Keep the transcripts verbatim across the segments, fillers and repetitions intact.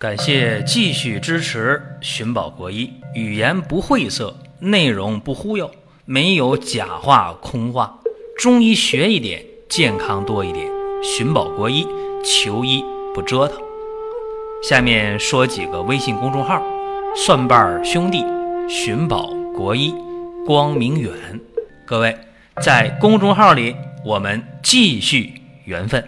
感谢继续支持寻宝国医，语言不晦涩，内容不忽悠，没有假话空话，中医学一点，健康多一点。寻宝国医，求医不折腾。下面说几个微信公众号：蒜瓣兄弟、寻宝国医、光明远。各位在公众号里，我们继续缘分。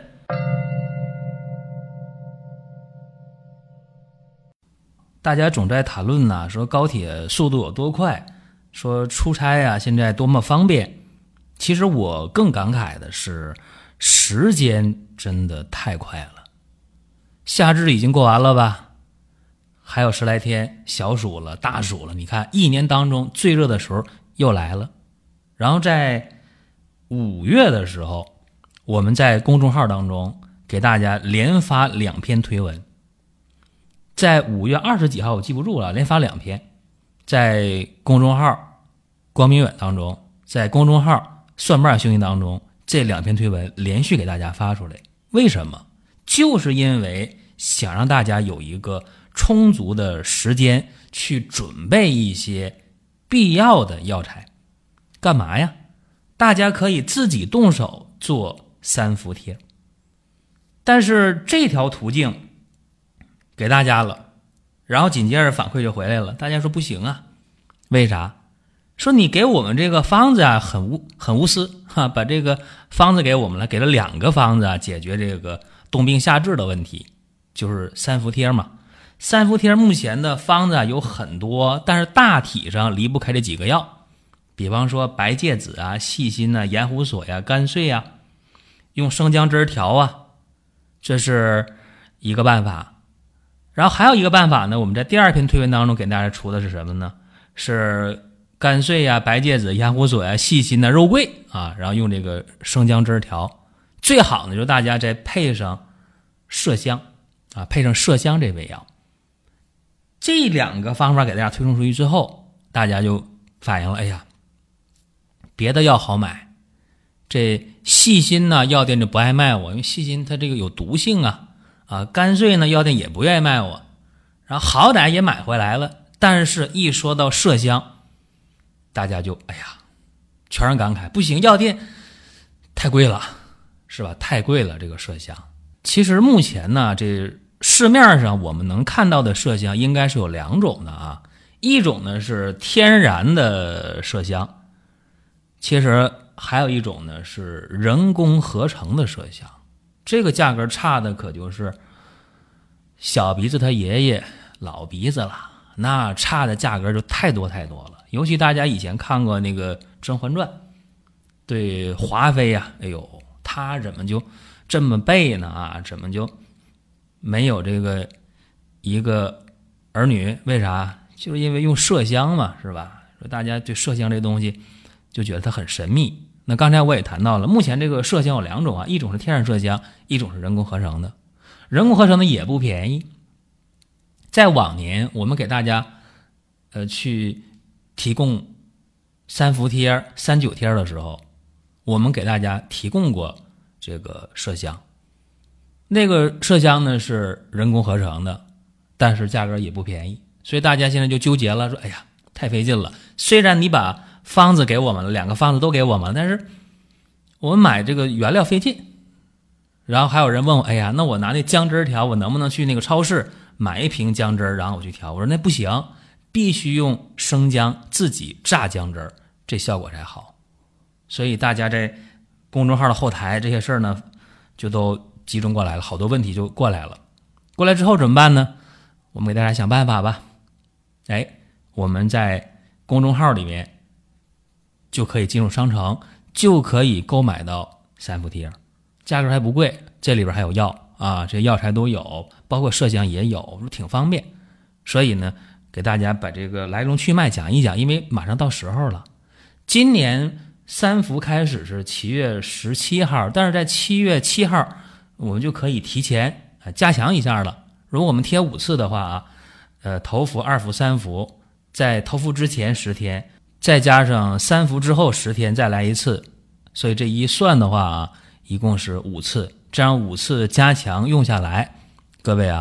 大家总在谈论呢，说高铁速度有多快，说出差啊现在多么方便。其实我更感慨的是，时间真的太快了。夏至已经过完了吧，还有十来天，小暑了，大暑了。你看一年当中最热的时候又来了。然后在五月的时候，我们在公众号当中给大家连发两篇推文。在五月二十几号我记不住了，连发两篇，在公众号光明远当中，在公众号蒜瓣兄弟当中，这两篇推文连续给大家发出来。为什么？就是因为想让大家有一个充足的时间去准备一些必要的药材。干嘛呀？大家可以自己动手做三伏贴。但是这条途径给大家了，然后紧接着反馈就回来了，大家说不行啊。为啥？说你给我们这个方子啊很无很无私哈，把这个方子给我们了，给了两个方子啊，解决这个冬病夏治的问题，就是三伏贴嘛。三伏贴目前的方子啊有很多，但是大体上离不开这几个药，比方说白芥子啊、细辛啊、盐胡索呀、甘遂啊，用生姜汁调啊，这是一个办法。然后还有一个办法呢，我们在第二篇推文当中给大家出的是什么呢？是甘遂呀、白芥子、盐胡索呀、细辛啊、肉桂啊，然后用这个生姜汁调。最好呢，就大家再配上麝香啊，配上麝香这味药。这两个方法给大家推送出去之后，大家就反映了，哎呀，别的药好买，这细辛呢药店就不爱卖我，因为细辛它这个有毒性啊。啊，甘遂呢药店也不愿意卖我，然后好歹也买回来了，但是一说到麝香，大家就哎呀，全是感慨，不行，药店太贵了，是吧？太贵了这个麝香。其实目前呢，这市面上我们能看到的麝香应该是有两种的啊，一种呢是天然的麝香，其实还有一种呢是人工合成的麝香。这个价格差的可就是小鼻子他爷爷老鼻子了，那差的价格就太多太多了。尤其大家以前看过那个《甄嬛传》，对华妃呀、啊，哎呦，她怎么就这么背呢啊？怎么就没有这个一个儿女？为啥？就是因为用麝香嘛，是吧？说大家对麝香这东西就觉得它很神秘。那刚才我也谈到了，目前这个麝香有两种啊，一种是天然麝香，一种是人工合成的。人工合成的也不便宜。在往年我们给大家呃去提供三伏贴、三九贴的时候，我们给大家提供过这个麝香。那个麝香呢是人工合成的，但是价格也不便宜，所以大家现在就纠结了，说哎呀，太费劲了。虽然你把方子给我们了，两个方子都给我们了，但是我们买这个原料费劲。然后还有人问我，哎呀，那我拿那姜汁调，我能不能去那个超市买一瓶姜汁，然后我去调？我说那不行，必须用生姜自己榨姜汁，这效果才好。所以大家在公众号的后台这些事儿呢，就都集中过来了，好多问题就过来了。过来之后怎么办呢？我们给大家想办法吧。哎，我们在公众号里面就可以进入商城，就可以购买到三伏贴，价格还不贵，这里边还有药啊，这药材都有，包括麝香也有，挺方便。所以呢，给大家把这个来龙去脉讲一讲，因为马上到时候了。今年三伏开始是七月十七号，但是在七月七号我们就可以提前加强一下了。如果我们贴五次的话啊，呃，头伏、二伏、三伏，在头伏之前十天。再加上三伏之后十天再来一次，所以这一算的话啊，一共是五次。这样五次加强用下来，各位啊，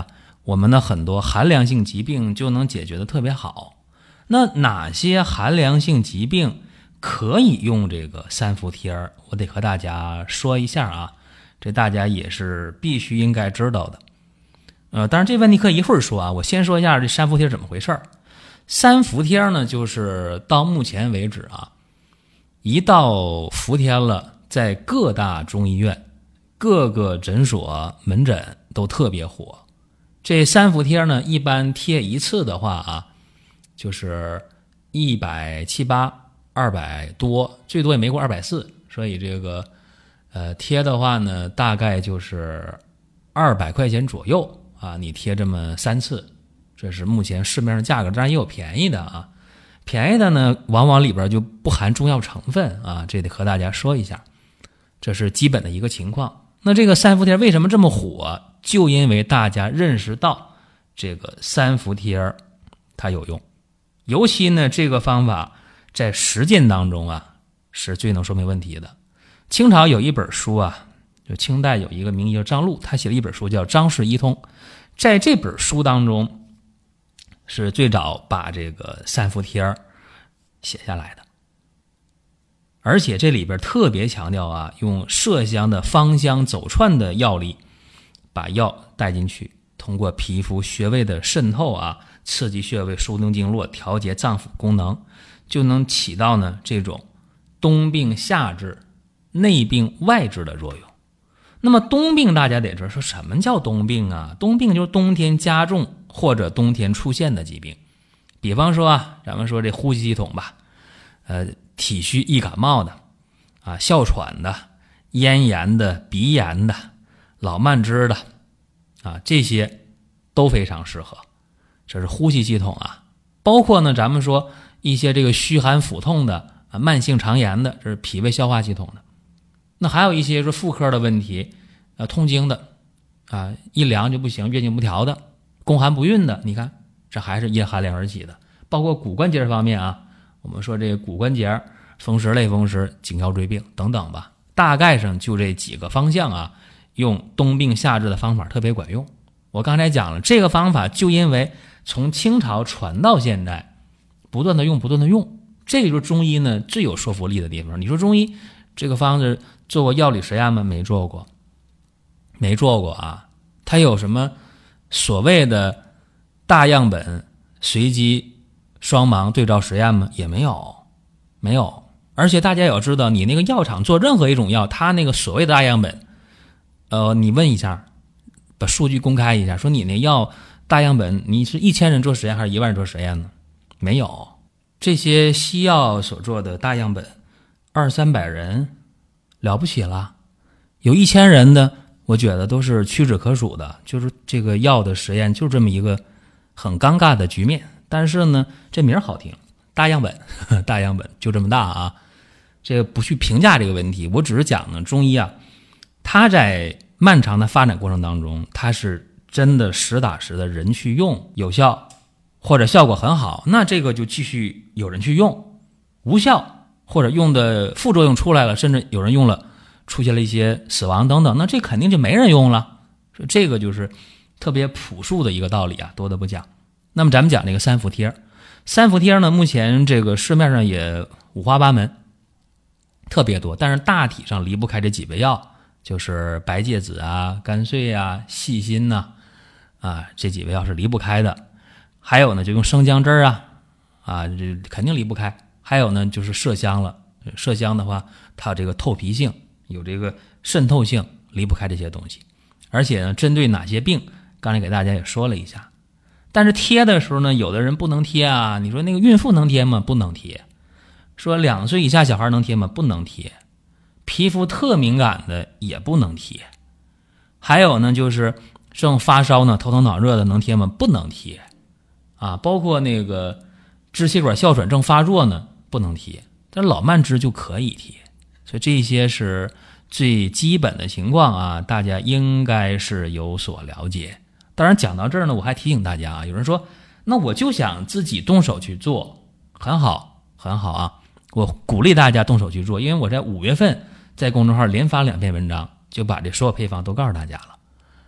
我们的很多寒凉性疾病就能解决的特别好。那哪些寒凉性疾病可以用这个三伏贴？我得和大家说一下啊，这大家也是必须应该知道的。呃，当然这问题可以一会儿说啊，我先说一下这三伏贴怎么回事。三伏贴呢，就是到目前为止啊，一到伏天了，在各大中医院、各个诊所、门诊都特别火。这三伏贴呢，一般贴一次的话啊，就是一百七八、二百多，最多也没过二百四，所以这个呃贴的话呢，大概就是二百块钱左右啊，你贴这么三次，这是目前市面上价格，当然也有便宜的啊。便宜的呢，往往里边就不含中药成分啊，这得和大家说一下，这是基本的一个情况。那这个三伏贴为什么这么火？就因为大家认识到这个三伏贴它有用，尤其呢这个方法在实践当中啊是最能说明问题的。清朝有一本书啊，就清代有一个名医叫张禄，他写了一本书叫《张氏医通》，在这本书当中是最早把这个三伏贴写下来的，而且这里边特别强调啊，用麝香的芳香走窜的药力把药带进去，通过皮肤穴位的渗透啊，刺激穴位，疏通经络，调节脏腑功能，就能起到呢这种冬病夏治、内病外治的作用。那么冬病大家得知道，说什么叫冬病啊？冬病就是冬天加重或者冬天出现的疾病。比方说啊，咱们说这呼吸系统吧，呃，体虚易感冒的啊，哮喘的、咽炎的、鼻炎的、老慢支的啊，这些都非常适合。这是呼吸系统啊，包括呢，咱们说一些这个虚寒腹痛的啊，慢性肠炎的，这是脾胃消化系统的。那还有一些是妇科的问题，呃，痛经的啊，一凉就不行，月经不调的，宫寒不孕的，你看这还是因寒凉而起的。包括骨关节方面啊，我们说这个骨关节、风湿、类风湿、颈腰椎病等等吧，大概上就这几个方向啊，用冬病夏治的方法特别管用。我刚才讲了，这个方法就因为从清朝传到现在，不断的用，不断的用，这个就是中医呢最有说服力的地方。你说中医这个方子做过药理实验吗？没做过，没做过啊。它有什么所谓的大样本随机双盲对照实验吗？也没有，没有。而且大家也要知道，你那个药厂做任何一种药，它那个所谓的大样本，呃，你问一下，把数据公开一下，说你那药大样本，你是一千人做实验还是一万人做实验呢？没有。这些西药所做的大样本，二三百人了不起了，有一千人的，我觉得都是屈指可数的。就是这个药的实验就这么一个很尴尬的局面。但是呢，这名好听，大样本，呵呵大样本就这么大啊。这个不去评价这个问题，我只是讲呢，中医啊，它在漫长的发展过程当中，它是真的实打实的人去用有效，或者效果很好，那这个就继续有人去用；无效或者用的副作用出来了，甚至有人用了出现了一些死亡等等，那这肯定就没人用了。这个就是特别朴素的一个道理啊，多的不讲。那么咱们讲这个三伏贴，三伏贴呢，目前这个市面上也五花八门，特别多，但是大体上离不开这几味药，就是白芥子啊、甘遂啊、细辛呐、啊，啊这几味药是离不开的。还有呢，就用生姜汁啊，啊这肯定离不开。还有呢，就是麝香了，麝香的话，它有这个透皮性，有这个渗透性，离不开这些东西。而且呢，针对哪些病，刚才给大家也说了一下。但是贴的时候呢，有的人不能贴啊。你说那个孕妇能贴吗？不能贴。说两岁以下小孩能贴吗？不能贴。皮肤特敏感的也不能贴。还有呢，就是正发烧呢、头疼脑热的能贴吗？不能贴。啊，包括那个支气管哮喘正发作呢，不能贴。但老慢支就可以贴。所以这些是最基本的情况啊，大家应该是有所了解。当然讲到这儿呢，我还提醒大家啊，有人说那我就想自己动手去做，很好很好啊，我鼓励大家动手去做，因为我在五月份在公众号连发两篇文章，就把这所有配方都告诉大家了。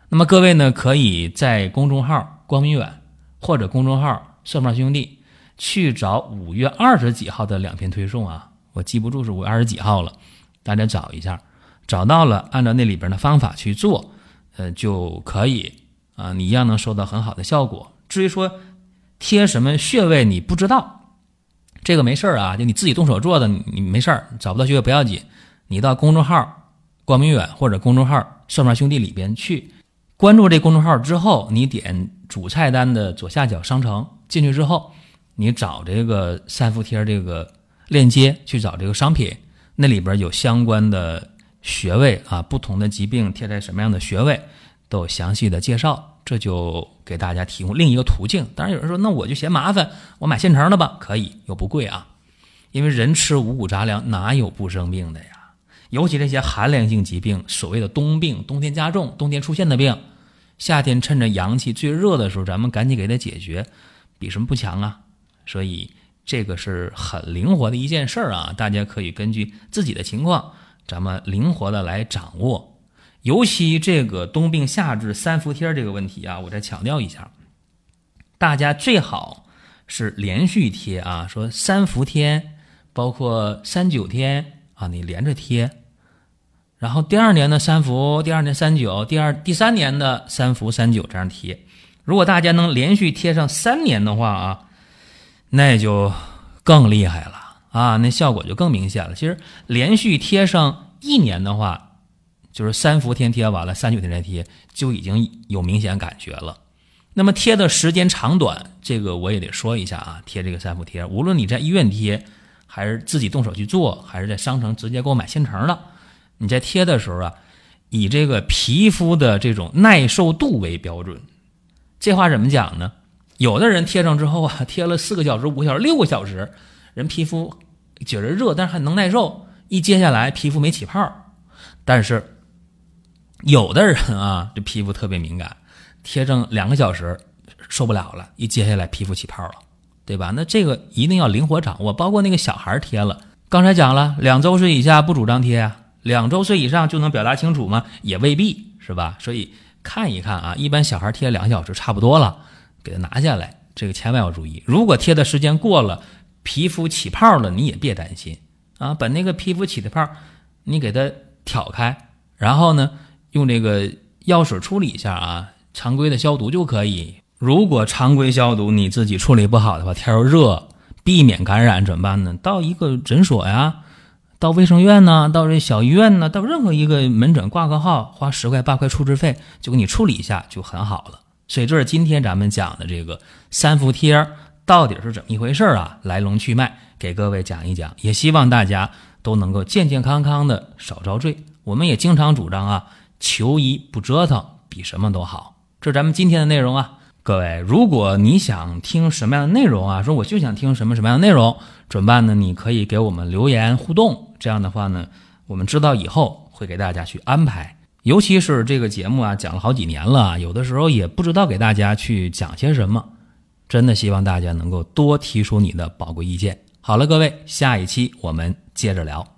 那么各位呢，可以在公众号光明远或者公众号算盘兄弟去找五月二十几号的两篇推送啊，我记不住是五月二十几号了，大家找一下，找到了按照那里边的方法去做，呃就可以啊，你一样能收到很好的效果。至于说贴什么穴位你不知道，这个没事啊，就你自己动手做的，你没事儿，找不到穴位不要紧，你到公众号光明远或者公众号算盘兄弟里边去关注这公众号之后，你点主菜单的左下角商城进去之后，你找这个三伏贴这个链接去找这个商品，那里边有相关的穴位啊，不同的疾病贴在什么样的穴位都有详细的介绍，这就给大家提供另一个途径。当然有人说那我就嫌麻烦，我买现成的吧，可以，又不贵啊，因为人吃五谷杂粮哪有不生病的呀，尤其这些寒凉性疾病，所谓的冬病，冬天加重，冬天出现的病，夏天趁着阳气最热的时候咱们赶紧给它解决，比什么不强啊。所以这个是很灵活的一件事儿啊，大家可以根据自己的情况咱们灵活的来掌握。尤其这个冬病夏治三伏贴这个问题啊，我再强调一下，大家最好是连续贴啊，说三伏天包括三九天啊，你连着贴，然后第二年的三伏，第二年三九，第二第三年的三伏三九这样贴。如果大家能连续贴上三年的话啊，那就更厉害了啊，那效果就更明显了。其实连续贴上一年的话，就是三伏天贴完了，三九天再贴就已经有明显感觉了。那么贴的时间长短，这个我也得说一下啊，贴这个三伏贴，无论你在医院贴，还是自己动手去做，还是在商城直接给我买现成的，你在贴的时候啊，以这个皮肤的这种耐受度为标准。这话怎么讲呢？有的人贴上之后啊，贴了四个小时、五个小时、六个小时，人皮肤觉得热，但是还能耐受，一揭下来皮肤没起泡。但是有的人啊，这皮肤特别敏感，贴上两个小时受不了了，一揭下来皮肤起泡了，对吧？那这个一定要灵活掌握。包括那个小孩贴了，刚才讲了，两周岁以下不主张贴啊，两周岁以上就能表达清楚吗？也未必，是吧？所以看一看啊，一般小孩贴两个小时差不多了，给它拿下来，这个千万要注意。如果贴的时间过了，皮肤起泡了，你也别担心啊，把那个皮肤起的泡你给它挑开，然后呢用这个药水处理一下啊，常规的消毒就可以。如果常规消毒你自己处理不好的话，天又热，避免感染怎么办呢？到一个诊所呀，到卫生院呢，到这小医院呢，到任何一个门诊挂个号，花十块八块处置费就给你处理一下就很好了。所以这是今天咱们讲的这个三伏贴到底是怎么一回事啊，来龙去脉给各位讲一讲，也希望大家都能够健健康康的少遭罪。我们也经常主张啊，求医不折腾比什么都好。这是咱们今天的内容啊。各位，如果你想听什么样的内容啊，说我就想听什么什么样的内容，怎么办呢？你可以给我们留言互动，这样的话呢，我们知道以后会给大家去安排。尤其是这个节目啊，讲了好几年了，有的时候也不知道给大家去讲些什么，真的希望大家能够多提出你的宝贵意见。好了，各位，下一期我们接着聊。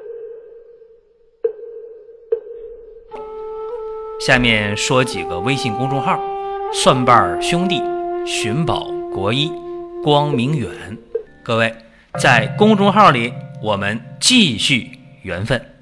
下面说几个微信公众号：蒜瓣兄弟、寻宝国医、光明远。各位在公众号里我们继续缘分。